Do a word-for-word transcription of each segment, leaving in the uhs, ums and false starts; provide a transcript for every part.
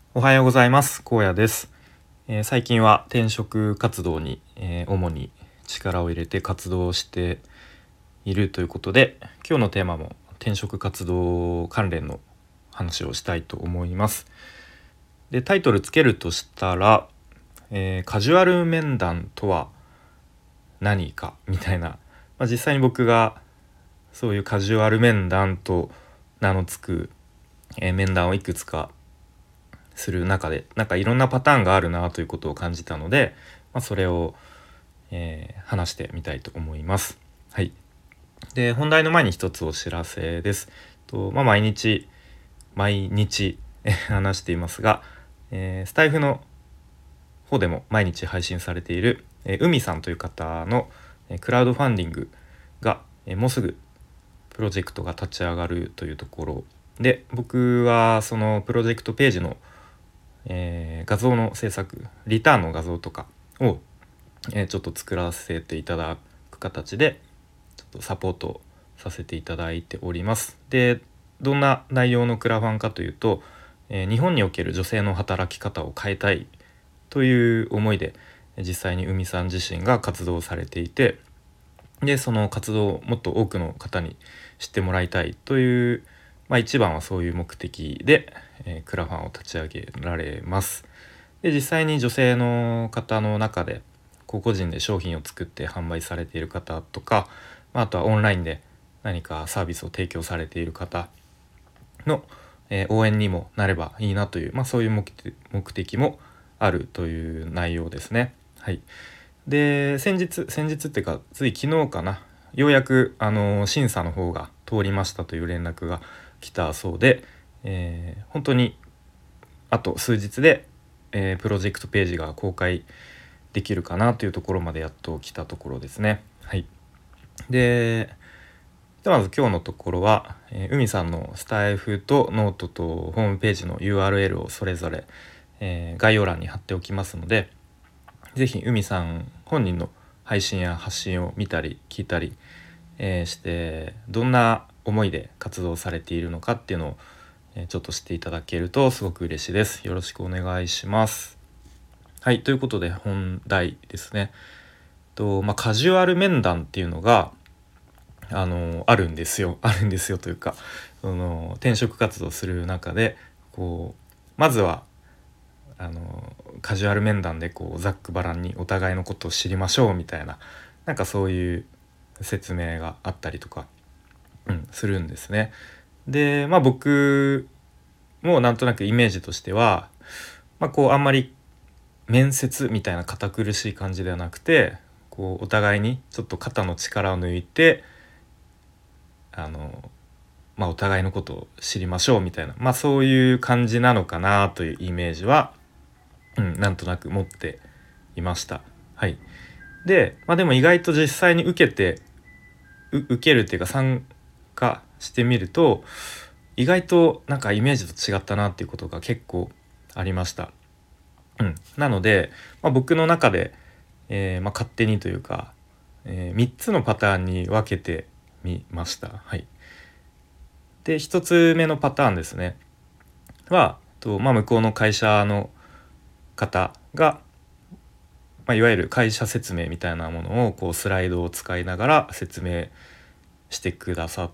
おはようございます。荒野です。えー最近は転職活動に、えー主に力を入れて活動しているということで、今日のテーマも転職活動関連の話をしたいと思います。で、タイトルつけるとしたら、えーカジュアル面談とは何かみたいな、まあ、実際に僕がそういうカジュアル面談と名の付く、えー面談をいくつかする中でなんかいろんなパターンがあるなということを感じたので、まあ、それを、えー話してみたいと思います。はい。で、本題の前に一つお知らせです。と、まあ、毎日毎日えー話していますが、えースタイフの方でも毎日配信されている、えー、海さんという方の、えークラウドファンディングが、えーもうすぐプロジェクトが立ち上がるというところで、僕はそのプロジェクトページのえー画像の制作リターンの画像とかを、えーちょっと作らせていただく形でちょっとサポートさせていただいております。で、どんな内容のクラファンかというと、えー日本における女性の働き方を変えたいという思いで実際に海さん自身が活動されていて、でその活動をもっと多くの方に知ってもらいたいという、まあ、一番はそういう目的で、えークラファンを立ち上げられます。で、実際に女性の方の中でこう個人で商品を作って販売されている方とか、まあ、あとはオンラインで何かサービスを提供されている方の、えー応援にもなればいいなという、まあ、そういう目的、目的もあるという内容ですね。はい。で、先日先日っていうかつい昨日かな、ようやくあの審査の方が通りましたという連絡が来たそうで、えー本当にあと数日で、えープロジェクトページが公開できるかなというところまでやっと来たところですね。はい。で、でまず今日のところは、えー海さんのスタイフとノートとホームページの ユーアールエル をそれぞれ、えー概要欄に貼っておきますので、ぜひ海さん本人の配信や発信を見たり聞いたり、えーしてどんな思いで活動されているのかっていうのを、えーちょっと知っていただけるとすごく嬉しいです。よろしくお願いします。はい、ということで本題ですね。と、まあ、カジュアル面談っていうのがあのあるんですよあるんですよというか、その転職活動する中でこうまずはあのカジュアル面談でこうざっくばらんにお互いのことを知りましょうみたいな、なんかそういう説明があったりとか、うん、するんですね。で、まあ僕もなんとなくイメージとしては、まあ、こうあんまり面接みたいな堅苦しい感じではなくて、こうお互いにちょっと肩の力を抜いてあの、まあ、お互いのことを知りましょうみたいな、まあ、そういう感じなのかなというイメージは、うん、なんとなく持っていました。はい。で、まあ、でも意外と実際に受けてう受けるっていうか参加してみると、意外となんかイメージと違ったなっていうことが結構ありました。うん、なので、まあ、僕の中で、えーまあ、勝手にというか、えー、みっつのパターンに分けてみました。はい。で、ひとつめのパターンですねはと、まあ、向こうの会社の方が、まあ、いわゆる会社説明みたいなものをこうスライドを使いながら説明してくださって、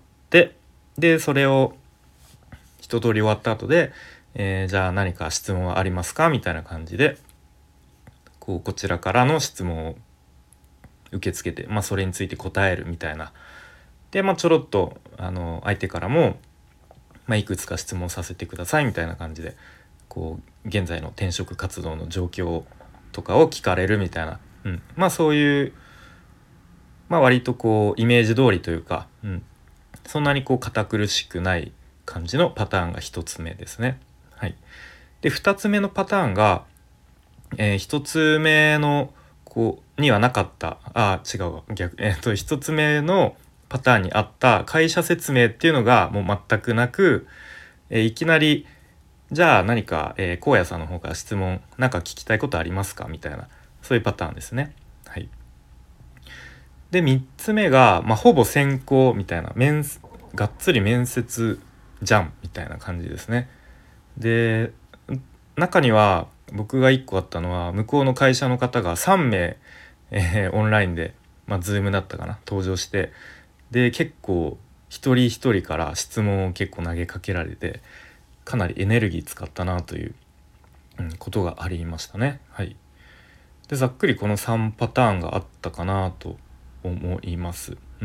でそれを一通り終わった後で、えーじゃあ何か質問はありますかみたいな感じでこうこちらからの質問を受け付けて、まあ、それについて答えるみたいな。で、まあ、ちょろっとあの相手からも、まあ、いくつか質問させてくださいみたいな感じでこう現在の転職活動の状況とかを聞かれるみたいな、うん、まあそういう、まあ、割とこうイメージ通りというか、うん、そんなにこう堅苦しくない感じのパターンが一つ目ですね。はい。で二つ目のパターンが、えー、一つ目のこうにはなかったあ違うわ逆えっと一つ目のパターンにあった会社説明っていうのがもう全くなく、えーいきなりじゃあ何か、えー、荒野さんの方から質問なんか聞きたいことありますかみたいな、そういうパターンですね。はい。でみっつめが、まあ、ほぼ先行みたいな面がっつり面接じゃんみたいな感じですね。で中には僕がいっこあったのは向こうの会社の方がさんめい、えーオンラインで、まあ、Zoom だったかな登場して、で結構一人一人から質問を結構投げかけられて、かなりエネルギー使ったなという、うん、ことがありましたね。はい。でざっくりこのさんパターンがあったかなと思います。うん、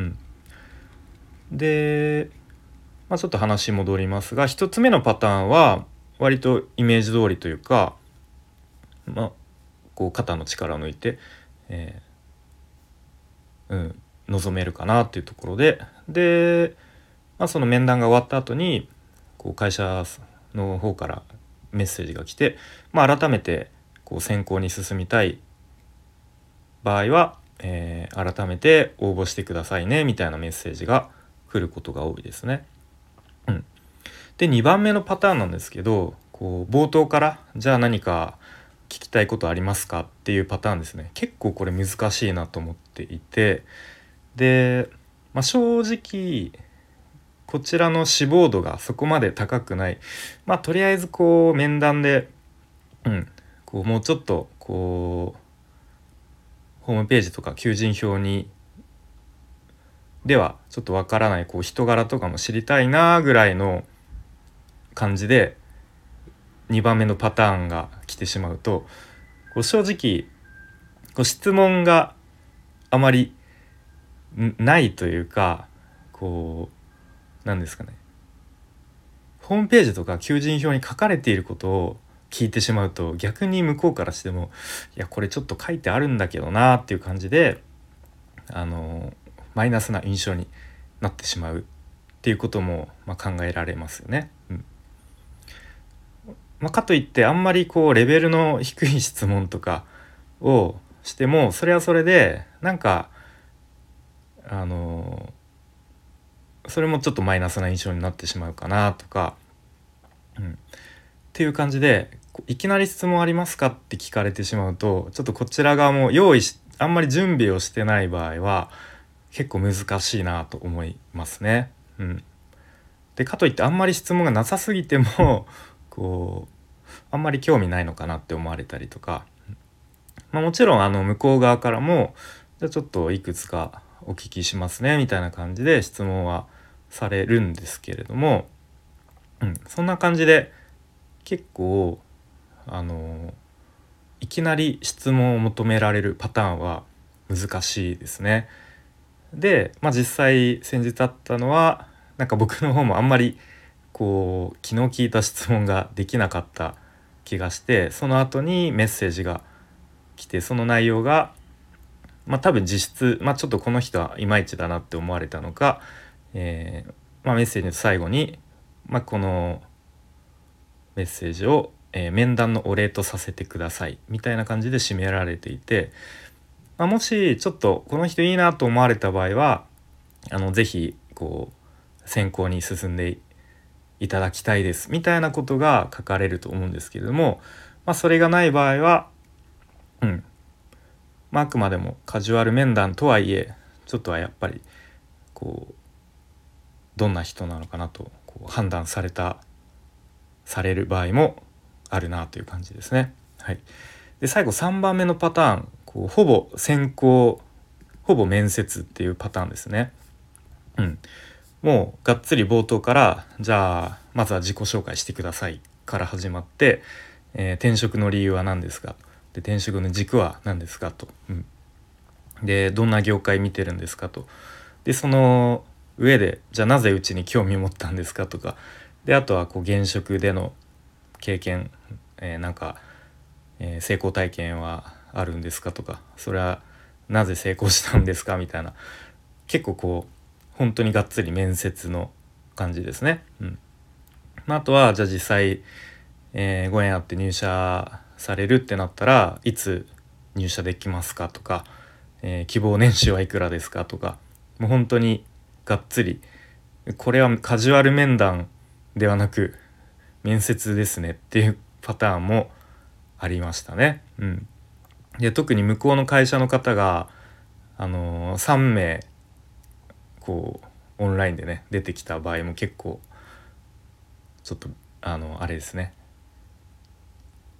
で、まあ、ちょっと話戻りますが、ひとつめのパターンは割とイメージ通りというか、まあ、こう肩の力を抜いて、えーうん、望めるかなっていうところで、で、まあ、その面談が終わった後にこう会社の方からメッセージが来て、まあ、改めてこう選考に進みたい場合は、えー改めて応募してくださいねみたいなメッセージが来ることが多いですね。うん、でにばんめのパターンなんですけど、こう冒頭からじゃあ何か聞きたいことありますかっていうパターンですね。結構これ難しいなと思っていて、で、まあ、正直こちらの志望度がそこまで高くない、まあとりあえずこう面談で、うん、こうもうちょっとこうホームページとか求人票にではちょっとわからないこう人柄とかも知りたいなぐらいの感じでにばんめのパターンが来てしまうと、こう正直こう質問があまりないというか、こうなんですかね、ホームページとか求人票に書かれていることを聞いてしまうと、逆に向こうからしてもいやこれちょっと書いてあるんだけどなっていう感じで、あのマイナスな印象になってしまうっていうことも、まあ、考えられますよね。うんまあ、かといってあんまりこうレベルの低い質問とかをしても、それはそれでなんかあのそれもちょっとマイナスな印象になってしまうかなとか、うん、っていう感じで、いきなり質問ありますかって聞かれてしまうと、ちょっとこちら側も用意しあんまり準備をしてない場合は結構難しいなと思いますね。うん、でかといってあんまり質問がなさすぎてもこうあんまり興味ないのかなって思われたりとか、まあ、もちろんあの向こう側からもじゃあちょっといくつかお聞きしますねみたいな感じで質問はされるんですけれども、うん、そんな感じで結構あのいきなり質問を求められるパターンは難しいですね。で、まあ、実際先日あったのはなんか僕の方もあんまりこう気の利いた質問ができなかった気がして、その後にメッセージが来て、その内容がまあ多分実質、まあ、ちょっとこの人はいまいちだなって思われたのか、えーまあ、メッセージの最後に、まあ、このメッセージを、えー面談のお礼とさせてくださいみたいな感じで締められていて、まあ、もしちょっとこの人いいなと思われた場合はあのぜひこう選考に進んでいただきたいですみたいなことが書かれると思うんですけれども、まあ、それがない場合は、うんまあ、あくまでもカジュアル面談とはいえちょっとはやっぱりこうどんな人なのかなとこう判断されたされる場合もあるなという感じですね。はい、で最後さんばんめのパターン、こうほぼ選考ほぼ面接っていうパターンですね。うん、もうがっつり冒頭からじゃあまずは自己紹介してくださいから始まって、えー転職の理由は何ですか、で転職の軸は何ですかと、うん、でどんな業界見てるんですかと、でその上でじゃあなぜうちに興味を持ったんですかとか、であとはこう現職での経験、えーなんか、えー成功体験はあるんですかとか、それはなぜ成功したんですかみたいな、結構こう本当にがっつり面接の感じですね。うんまあ、あとはじゃあ実際、えーご縁あって入社されるってなったらいつ入社できますかとか、えー希望年収はいくらですかとか、もう本当にがっつり、これはカジュアル面談ではなく面接ですねっていうパターンもありましたね。うん、で特に向こうの会社の方が、あのーさんめいこうオンラインでね出てきた場合も結構ちょっとあのあれですね、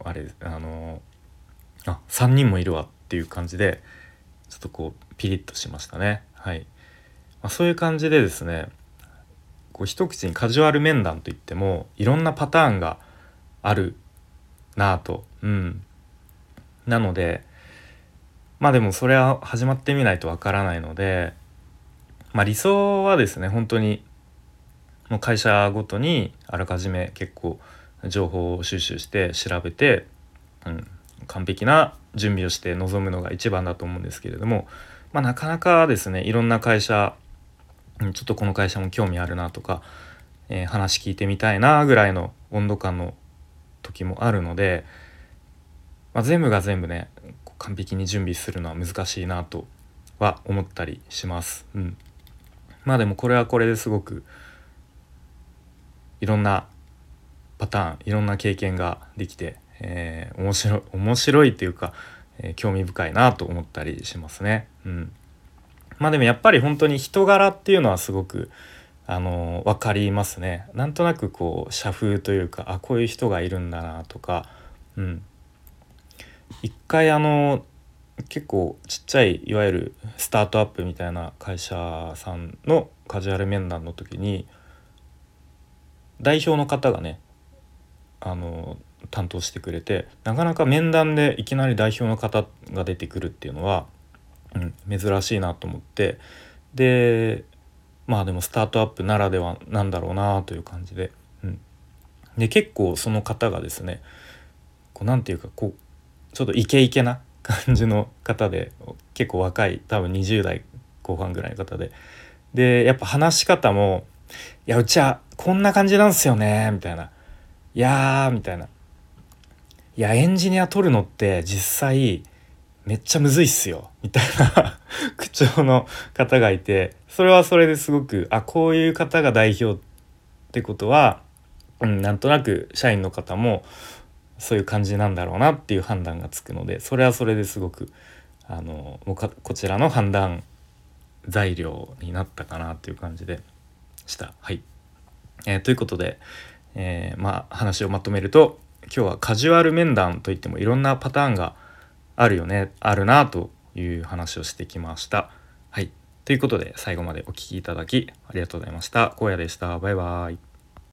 あれあのあさんにんもいるわっていう感じでちょっとこうピリッとしましたね。はい、まあ、そういう感じでですね、こう一口にカジュアル面談といってもいろんなパターンがあるなぁと、うん、なのでまあでもそれは始まってみないとわからないので、まあ、理想はですね本当にもう会社ごとにあらかじめ結構情報を収集して調べて、うん、完璧な準備をして臨むのが一番だと思うんですけれども、まあ、なかなかですねいろんな会社、うん、ちょっとこの会社も興味あるなとか、えー話聞いてみたいなぐらいの温度感の時もあるので、まあ、全部が全部ね完璧に準備するのは難しいなとは思ったりします。うん、まあでもこれはこれですごくいろんなパターンいろんな経験ができて、えー面白い面白いっていうか、えー興味深いなと思ったりしますね。うん、まあでもやっぱり本当に人柄っていうのはすごくあの分かりますね。なんとなくこう社風というかあこういう人がいるんだなとか、うん、一回あの結構ちっちゃいいわゆるスタートアップみたいな会社さんのカジュアル面談の時に代表の方がねあの担当してくれて、なかなか面談でいきなり代表の方が出てくるっていうのは、うん、珍しいなと思って、でまあでもスタートアップならではなんだろうなという感じで、うん、で結構その方がですねこうなんていうかこうちょっとイケイケな感じの方で結構若い多分にじゅう代後半ぐらいの方で、でやっぱ話し方も「いやうちはこんな感じなんすよね」みたいな「いやー」みたいな「いやエンジニア取るのって実際めっちゃむずいっすよ」みたいな口調の方がいて、それはそれですごくあこういう方が代表ってことは、うん、なんとなく社員の方もそういう感じなんだろうなっていう判断がつくので、それはそれですごくあのもうかこちらの判断材料になったかなっていう感じでした。はい、えーということで、えーまあ、話をまとめると今日はカジュアル面談といってもいろんなパターンがあるよねあるなという話をしてきました。はい、ということで最後までお聞きいただきありがとうございました。荒野でした。バイバイ。